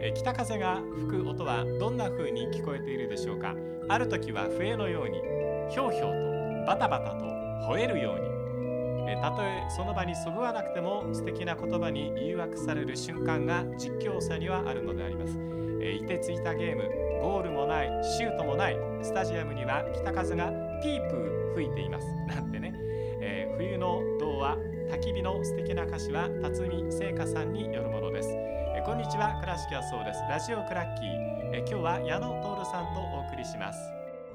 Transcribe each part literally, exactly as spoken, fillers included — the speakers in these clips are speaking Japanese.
えー、北風が吹く音はどんな風に聞こえているでしょうか。ある時は笛のようにひょうひょうとバタバタと吠えるように、えー、たとえその場にそぐわなくても素敵な言葉に誘惑される瞬間が実況者にはあるのであります。えー、いてついたゲーム、ゴールもないシュートもないスタジアムには北風がピープー吹いていますなんてね。えー、冬の童話焚き火の素敵な歌詞は辰巳聖華さんによるものです。えー、こんにちは、倉敷はそうです。ラジオクラッキー、えー、今日は矢野徹さんとお送りします。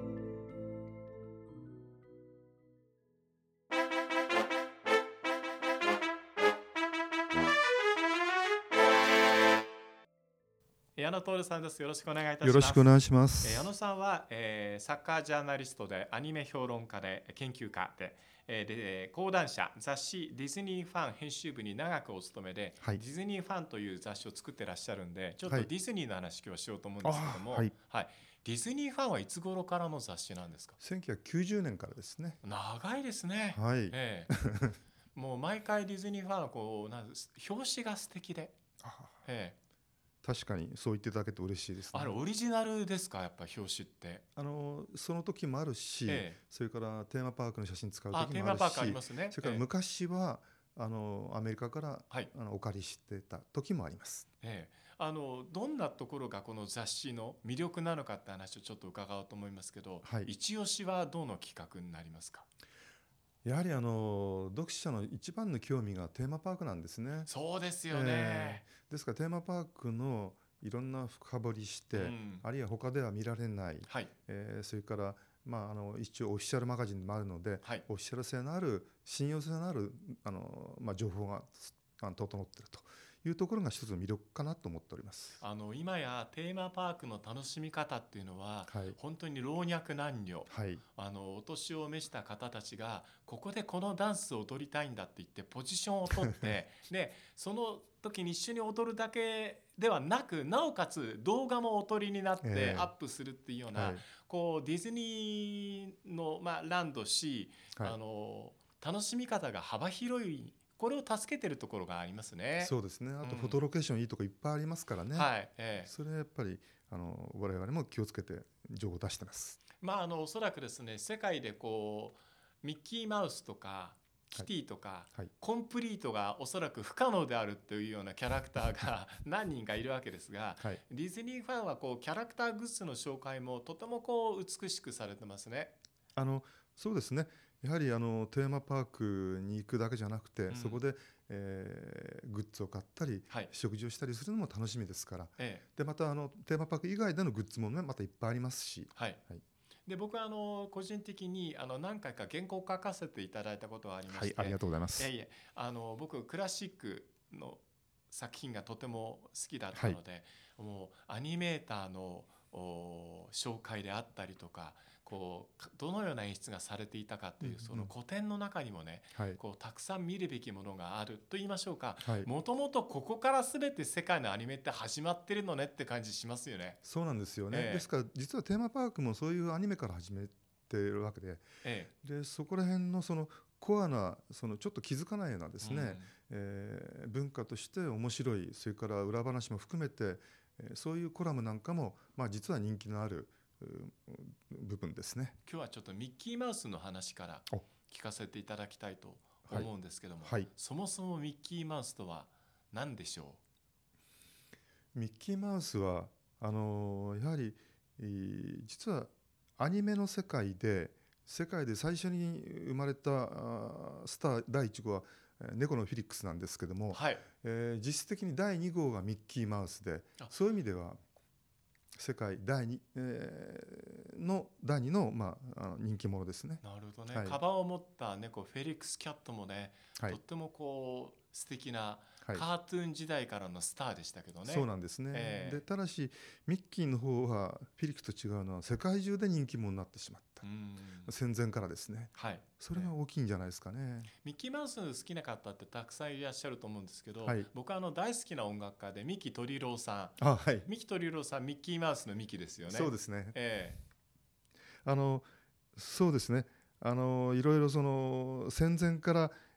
矢野徹さんです。よろしくお願いいたします。 よろしくお願いします。 えー、矢野さんは、えー、サッカージャーナリストでアニメ評論家で研究家で、えー、で講談社雑誌ディズニーファン編集部に長くお勤めで、はい、ディズニーファンという雑誌を作ってらっしゃるんで、ちょっとディズニーの話今日はしようと思うんですけども、はいはい、ディズニーファンはいつ頃からの雑誌なんですか？ せんきゅうひゃくきゅうじゅうねんからですね。 長いですね。 はい、 えー、もう毎回ディズニーファンはこうなん表紙が素敵で、えー確かにそう言っていただけて嬉しいですね。 あれオリジナルですか？やっぱ表紙ってあのその時もあるし、ええ、それからテーマパークの写真使う時もあるし、 あテーマパークありますね。 それから昔は、ええ、あのアメリカから、はい、あのお借りしてた時もあります。 ええ、あのどんなところがこの雑誌の魅力なのかって話をちょっと伺おうと思いますけど、はい、一押しはどの企画になりますか？ やはりあの読者の一番の興味がテーマパークなんですね。 そうですよね、 えー、ですからテーマパークのいろんな深掘りして、うん、あるいは他では見られない、はい、えー、それから、まあ、あの一応オフィシャルマガジンでもあるので、はい、オフィシャル性のある信用性のあるあの、まあ、情報が整っているというところが一つの魅力かなと思っております。 あの今やテーマパークの楽しみ方っていうのは、はい、本当に老若男女、はい、あのお年を召した方たちがここでこのダンスを踊りたいんだって言ってポジションを取ってでその時に一緒に踊るだけではなく、なおかつ動画もおとりになってアップするっていうような、えーはい、こうディズニーの、まあ、ランドし、はい、あの楽しみ方が幅広い、これを助けてるところがありますね。 そうですね。あとフォトロケーションいいとこいっぱいありますからね、うん、はい、えー、それはやっぱりあの我々も気をつけて情報を出してます。 まあ、あのおそらくですね、世界でこうミッキーマウスとかキティとか、はいはい、コンプリートがおそらく不可能であるというようなキャラクターが何人かいるわけですが、はい、ディズニーファンはこうキャラクターグッズの紹介もとてもこう美しくされてますね。 あのそうですね。やはりあのテーマパークに行くだけじゃなくて、うん、そこで、えー、グッズを買ったり、はい、食事をしたりするのも楽しみですから、ええ、でまたあのテーマパーク以外でのグッズも、ね、またいっぱいありますし、はいはい、 で僕はあの個人的にあの何回か原稿を書かせていただいたことがありまして、はい、 ありがとうございます。 いやいや、あの僕クラシックの作品がとても好きだったので、はい、もうアニメーターの紹介であったりとか、こうどのような演出がされていたかという、うん、その古典の中にもね、はい、こうたくさん見るべきものがあると言いましょうか、もともとここから全て世界のアニメって始まってるのねって感じしますよね。 そうなんですよね、えー、ですから実はテーマパークもそういうアニメから始めているわけで、えー、でそこら辺のそのコアなそのちょっと気づかないようなですね、うん、えー、文化として面白い、それから裏話も含めて、えー、そういうコラムなんかも、まあ、実は人気のある部分ですね。 今日はちょっとミッキーマウスの話から聞かせていただきたいと思うんですけども、はいはい、そもそもミッキーマウスとは何でしょう？ミッキーマウスはあのやはり実はアニメの世界で世界で最初に生まれたスターだいいち号は猫のフィリックスなんですけども、はい、えー、実質的にだいに号がミッキーマウスで、そういう意味では世界第二、えー、の第二の、まあ、あの人気者ですね。 なるほどね、はい、カバンを持った猫フェリックスキャットもね、はい、とってもこう素敵なカートゥーン時代からのスターでしたけどね、はい、 そうなんですね、えー、でただしミッキーの方はフィリックスと違うのは世界中で人気者になってしまった、うん、戦前からですね、はい、それが大きいんじゃないですかね。 ミッキーマウス好きな方ってたくさんいらっしゃると思うんですけど、はい、僕はあの大好きな音楽家で三木鳥郎さん、あ、はい、三木鳥郎さんミッキーマウスのミキですよね。 そうですね、 えー、あのそうですね、あのいろいろその戦前から、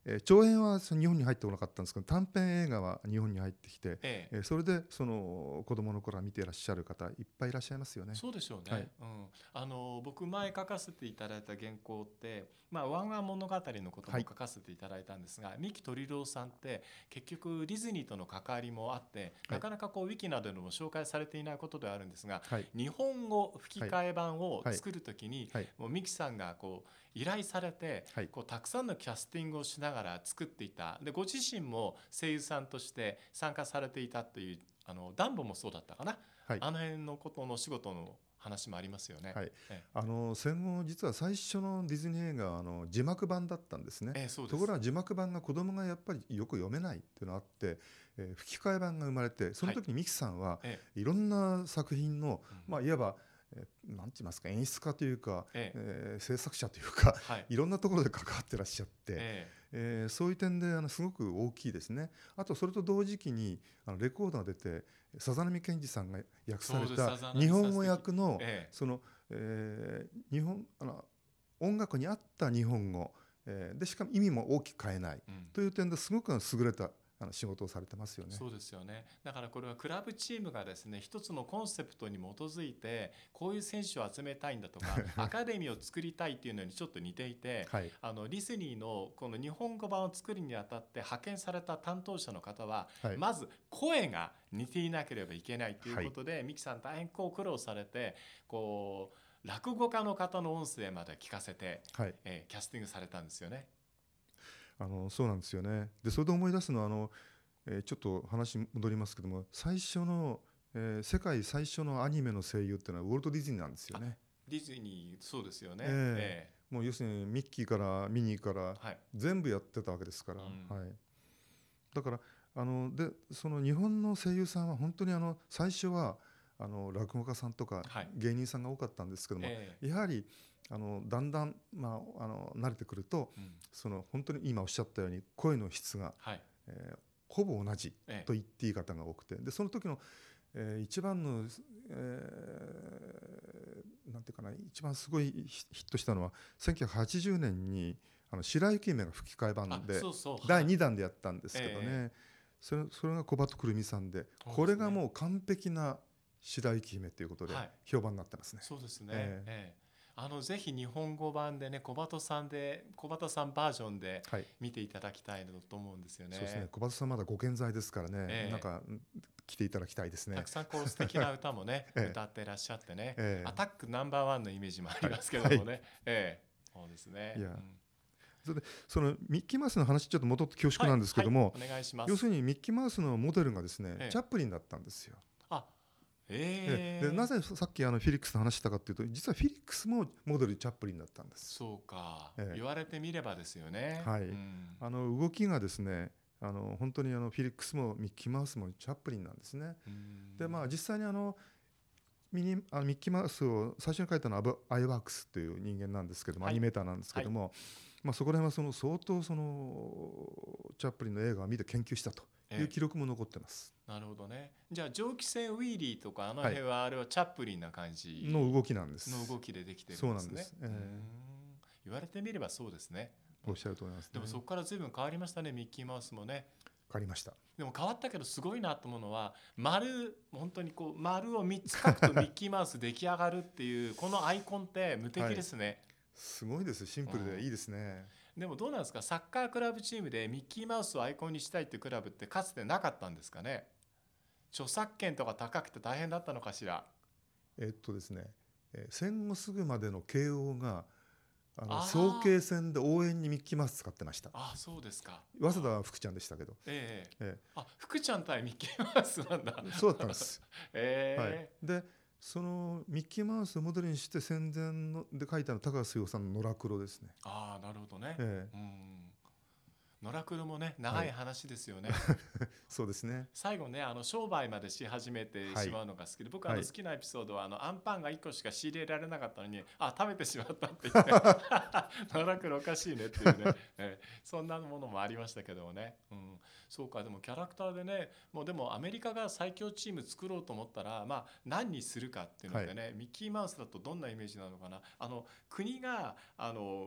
えー長編はその日本に入ってこなかったんですけど、短編映画は日本に入ってきて、 ええ、 えーそれでその子供の頃から見ていらっしゃる方いっぱいいらっしゃいますよね。 そうでしょうね、 はいうん、あの僕前書かせていただいた原稿って、まあ、ワンワン物語のこともはい書かせていただいたんですが、三木鳥郎さんって結局ディズニーとの関わりもあって、 はいなかなかこうウィキなどでも紹介されていないことではあるんですが、 はい日本語吹き替え版をはい作るときに、 はいもう三木さんがこう依頼されて、 はいこうたくさんのキャスティングをしながら作っていた。でご自身も声優さんとして参加されていたという、あのダンボもそうだったかな、 はいあの辺のことの仕事の話もありますよね。 はいえあの戦後実は最初のディズニー映画はあの字幕版だったんですね。 えええそうです。 ところが字幕版が子供がやっぱりよく読めないっていうのがあって、えー吹き替え版が生まれて、その時にミキさんはえいろんな作品の、 うんまあ、いわば、えーなんて言いますか、演出家というか、 えええー制作者というか、 はいいろんなところで関わってらっしゃって、 ええーそういう点であのすごく大きいですね。あとそれと同時期にあのレコードが出て、さざ波健二さんが訳されそうですたさざ波日本語訳のええその、えー日本あの音楽に合った日本語、えーでしかも意味も大きく変えないうんという点ですごく優れたあの仕事をされてますよね。 そうですよね。だからこれはクラブチームがですね、一つのコンセプトに基づいてこういう選手を集めたいんだとかアカデミーを作りたいっていうのにちょっと似ていて、 はいあのディズニーのこの日本語版を作るにあたって派遣された担当者の方は、 はいまず声が似ていなければいけないということで、三木さん大変こう苦労されて、こう落語家の方の音声まで聞かせて、 はいえーキャスティングされたんですよね。 あのそうなんですよね。でそれで思い出すのはあの、えーちょっと話戻りますけども、最初の、えー世界最初のアニメの声優っていうのはウォルト・ディズニーなんですよね。 ディズニーそうですよね。 ええもう要するにミッキーからミニーからええはい。 全部やってたわけですから、 うんはい、だからあのでその日本の声優さんは本当にあの最初はあの落語家さんとかはい芸人さんが多かったんですけども、 ええやはりあのだんだん、まあ、あの慣れてくると、 うんその本当に今おっしゃったように声の質が、 はいえーほぼ同じええと言っていい方が多くて、でその時の、えー一番の、えーなんていうかな、一番すごいヒヒットしたのはせんきゅうひゃくはちじゅうねんにあの白雪姫が吹き替え版あでそうそうだいはいにだんでやったんですけどね、 えそれそれが小鳩くるみさんで、 そうですねこれがもう完璧な白雪姫ということではい評判になってますね。 そうですね、 えええあのぜひ日本語版でね小鳩さんで小鳩さんバージョンではい、 見ていただきたいなと思うんですよね。 そうですね。小鳩さんまだご健在ですからね、 ええなんかうん来ていただきたいですねたく。さんこう素敵な歌もね、 ええ歌ってらっしゃってね、 ええアタックナンバーワンのイメージもありますけどもね、ええそうですね。 いやうんそれでそのミッキーマウスの話ちょっと戻って恐縮なんですけども、 はいはいお願いします。 要するにミッキーマウスのモデルがですね、 ええチャップリンだったんですよ。 あええええでなぜさっきあのフィリックスの話したかというと、実はフィリックスもモデルチャップリンだったんです。 そうか、 ええ言われてみればですよね。 はいうんあの動きがですね、あの本当にあのフィリックスもミッキーマウスもチャップリンなんですね。 うんでまあ実際にあのミニあのミッキーマウスを最初に描いたのはアブアイワークスという人間なんですけども、 はいアニメーターなんですけども、まあ、そこら辺はその相当そのチャップリンの映画を見て研究したという記録も残ってます。 なるほどね。じゃあ蒸気船ウィーリーとかあの辺はあれはチャップリンな感じの動きなんです。 の動きでできてるそうなんですね。 ですええうん言われてみればそうですね。 おっしゃると思いますね。 でもそこから随分変わりましたね、ミッキーマウスもね。 わかりました。 でも変わったけどすごいなと思うのは、丸本当にこう丸をみっつ書くとミッキーマウス出来上がるっていうこのアイコンって無敵ですね。 すごいです。シンプルでいいですね。 でもどうなんですか、サッカークラブチームでミッキーマウスをアイコンにしたいっていうクラブってかつてなかったんですかね。著作権とか高くて大変だったのかしら。 えっとですね、えー戦後すぐまでの慶応があのあー早慶戦で応援にミッキーマウス使ってました。 ああそうですか。 早稲田は福ちゃんでしたけど、 えええあ福ちゃん対ミッキーマウスなんだ。 えそうだったんです。 えはいえ、 でそのミッキーマウスをモデルにして戦前ので書いたのは高橋洋さんの野良黒ですね。 ああなるほどね。 ええうん野良黒もね長い話ですよね。 そうですね。 最後ねあの商売までし始めてしまうのが好きで、僕あのはい好きなエピソードはあのアンパンがいっこしか仕入れられなかったのにあ食べてしまったって言って野良黒おかしいねっていうね、えーそんなものもありましたけどもね、うん、そうか。でもキャラクターでねもうでもアメリカが最強チーム作ろうと思ったらまあ何にするかっていうのでね、ミッキーマウスだとどんなイメージなのかな。あの国があの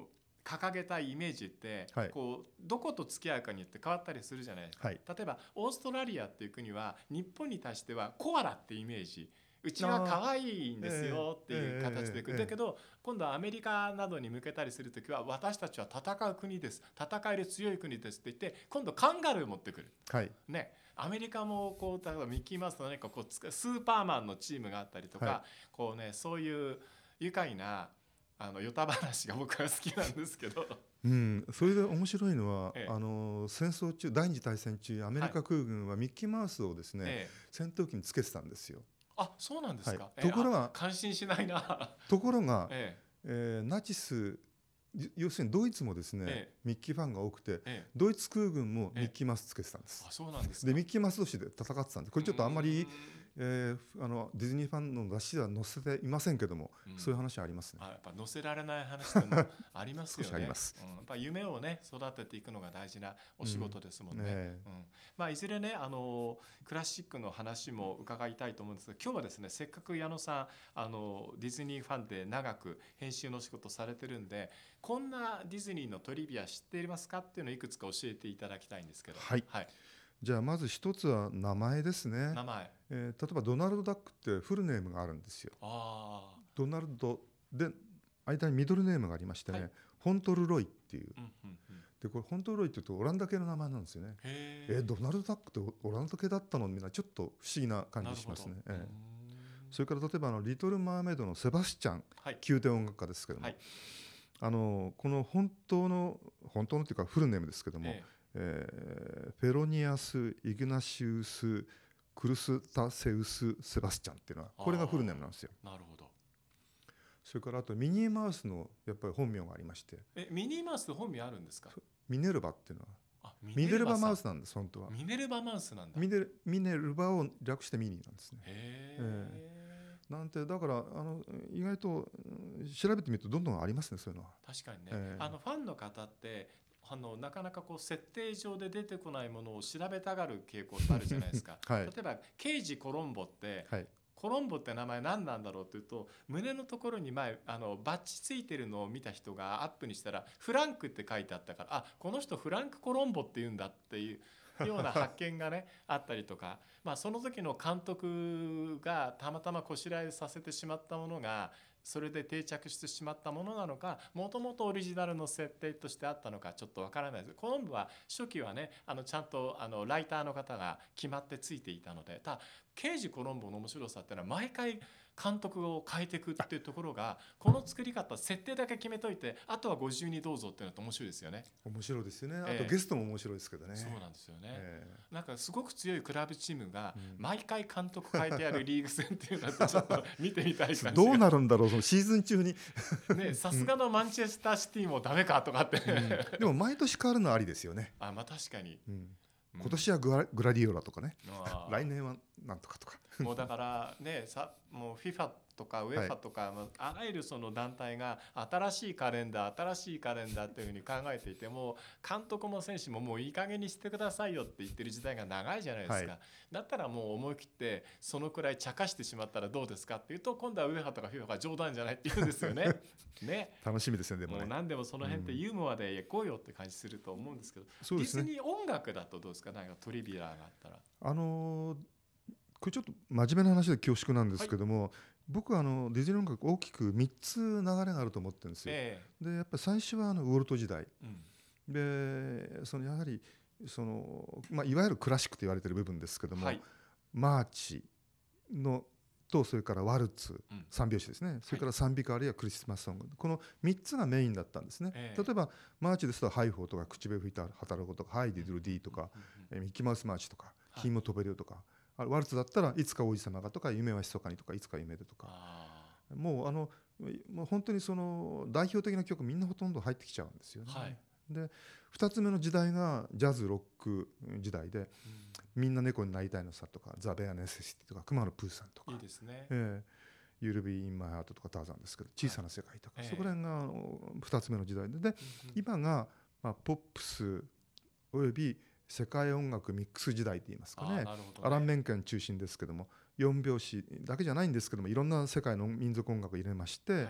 掲げたイメージって、 はい、 こうどこと付き合うかによって変わったりするじゃないですか、 はい、 例えばオーストラリアっていう国は日本に対してはコアラってイメージ、うちは可愛いんですよっていう形でいく、 ええええだけど今度はアメリカなどに向けたりするときは私たちは戦う国です、戦える強い国ですって言って今度カンガルー持ってくる、 はい、 ね、アメリカもこう例えばミッキーマウスの何かこうつスーパーマンのチームがあったりとか、 はい、 こうね、そういう愉快なあのヨタ話が僕は好きなんですけどうん、それで面白いのは、 ええあの戦争中、第二次大戦中アメリカ空軍はミッキーマウスをですね、 ええ、 戦闘機につけてたんですよ。 あ、そうなんですか、 はい、 えところがあ感心しないなところが、 ええーナチス、要するにドイツもですね、 ええミッキーファンが多くて、 ええドイツ空軍もミッキーマウスつけてたんです。 あ、そうなんですか。 でミッキーマウス同士で戦ってたんで、これちょっとあんまり、 うえーあのディズニーファンの雑誌では載せていませんけども、 ーんうんそういう話ありますね。 あ、やっぱ載せられない話ってのもありますよね少しありますうん、やっぱ夢をね育てていくのが大事なお仕事ですもんね、 うんえうんまあ、いずれねあのクラシックの話も伺いたいと思うんですが、今日はですねせっかく矢野さんあのディズニーファンで長く編集の仕事されてるんで、こんなディズニーのトリビア知っていますかっていうのをいくつか教えていただきたいんですけど、 はい、 はい、 じゃあまず一つは名前ですね。 名前、 えー例えばドナルド・ダックってフルネームがあるんですよ。 あドナルドで間にミドルネームがありましてね、 はいホントル・ロイっていう、 ー、うんうんうん、 でこれホントル・ロイっていうとオランダ系の名前なんですよね。 へえードナルド・ダックってオランダ系だったのみたいなちょっと不思議な感じしますね。 なるほど、 えーうーんそれから例えばあのリトル・マーメイドのセバスチャン、 はい宮廷音楽家ですけども、 はい、 あのこの本当の本当のというかフルネームですけども、 ええーフェロニアス・イグナシウス・クルスタセウス・セバスチャンっていうのはこれがフルネームなんですよ。 えなるほど。 それからあとミニーマウスのやっぱり本名がありまして、 えミニーマウス本名あるんですか。 ミネルヴァっていうのはあミミネルヴァさんマウスなんです本当は。 ミネルヴァマウスなんだ。 ミネルミネルヴァを略してミニーなんですね。 へえなんてだからあの意外とうん調べてみるとどんどんありますねそういうのは。 確かにね、 ええあのファンの方ってあのなかなかこう設定上で出てこないものを調べたがる傾向ってあるじゃないですか、 はい例えば刑事コロンボってはいコロンボって名前何なんだろうというと、胸のところに前あのバッジついてるのを見た人がアップにしたらフランクって書いてあったから、あこの人フランク・コロンボって言うんだっていうような発見がねあったりとか、まあ、その時の監督がたまたまこしらえさせてしまったものがそれで定着してしまったものなのか、もともとオリジナルの設定としてあったのかちょっとわからないです。コロンボは初期はねあのちゃんとあのライターの方が決まってついていたので、ただ刑事コロンボの面白さっていうのは毎回監督を変えていくっていうところが、この作り方設定だけ決めといてあとはご自由にどうぞっていうのって面白いですよね。 面白いですよね。あええとゲストも面白いですけどね。 そうなんですよね、 えなんかすごく強いクラブチームがうん毎回監督変えてやるリーグ戦っていうのってちょっと見てみたい感じがえどうなるんだろうそのシーズン中に、 ね、さすがのマンチェスターシティもダメかとかって、 うんでも毎年変わるのはありですよね。 あまあ確かに、 うんうん今年はグラグラディオラとかね、 あー来年はなんとかとか。 もうだからねさもう フィファ とか ウェファ とか、まあ、あらゆるその団体が新しいカレンダー新しいカレンダーっていうふうに考えていても、監督も選手ももういい加減にしてくださいよって言ってる時代が長いじゃないですか、 はいだったらもう思い切ってそのくらい茶化してしまったらどうですかっていうと、今度はウェファとか フィファ が冗談じゃないって言うんですよねね楽しみですねでもね。 もう何でもその辺ってユーモアで行こうよって感じすると思うんですけど、 そうですね。 ディズニー音楽だとどうですか、なんかトリビアがあったら。 あのーこれちょっと真面目な話で恐縮なんですけども、僕はあのディズニー音楽大きくみっつ流れがあると思ってるんですよ。 えでやっぱり最初はあのウォルト時代えうんで、そのやはりその、まあ、いわゆるクラシックと言われている部分ですけども、 はいマーチのとそれからワルツ、 うん三拍子ですね、それから賛美歌あるいはクリスマスソング、このみっつがメインだったんですね。 ええ例えばマーチですとハイフォーとか口笛吹いた働くとかハイディドゥルディとか、 うんうんえミッキーマウスマーチとかはい君も飛べるよとか、あワルツだったらいつか王子様がとか夢は密かにとかいつか夢でとか、 あもうあのもう本当にその代表的な曲みんなほとんど入ってきちゃうんですよね。 はいでふたつめの時代がジャズロック時代で、みんな猫になりたいのさとかザ・ベア・ネセシティとか熊野プーさんとか、 いいですね、 えー、ユルビー・イン・マイ・ハートとかターザンですけど、小さな世界とか、 はいそこら辺があのふたつめの時代で、で、 うんうん今が、まあ、ポップスおよび世界音楽ミックス時代といいますかあーね、 なるほどねアラン・メンケン中心ですけども、よん拍子だけじゃないんですけども、いろんな世界の民族音楽を入れまして、 はい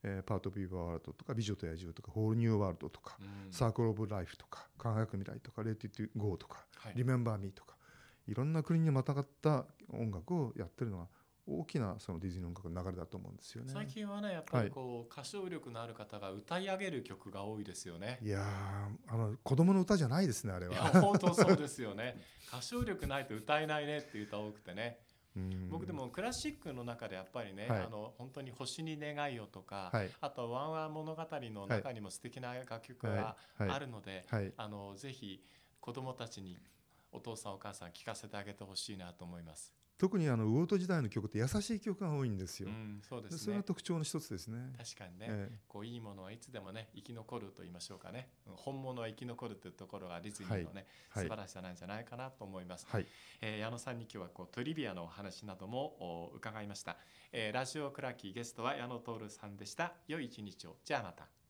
えー、パート・オブ・ユア・ワールドとか美女と野獣とかホール・ニュー・ワールドとか、 うん、 サークル・オブ・ライフとか輝く未来とかレイティ・トゥ・ゴーとか、 はい、 リメンバー・ミーとかいろんな国にまたがった音楽をやってるのが大きなそのディズニーの音楽の流れだと思うんですよね。 最近はねやっぱりこう、はい、歌唱力のある方が歌い上げる曲が多いですよね。 いやーあの子供の歌じゃないですねあれは。 いや本当そうですよね。歌唱力ないと歌えないねっていう歌多くてね。僕でもクラシックの中でやっぱりね、はい、あの本当に星に願いをとか、はい、あとワンワン物語の中にも素敵な楽曲があるので、はいはい、あのぜひ子どもたちにお父さんお母さん聴かせてあげてほしいなと思います。 特にあのウォルト時代の曲って優しい曲が多いんですよ。 うん、そうですね。 それが特徴の一つですね。 確かにね、ええ、こういいものはいつでもね生き残ると言いましょうかね。本物は生き残るというところがディズニーのね、はい、素晴らしさなんじゃないかなと思います。はい、えー、矢野さんに今日はこうトリビアのお話なども伺いました。えー、ラジオクラッキーゲストは矢野徹さんでした。良い一日を。じゃあまた。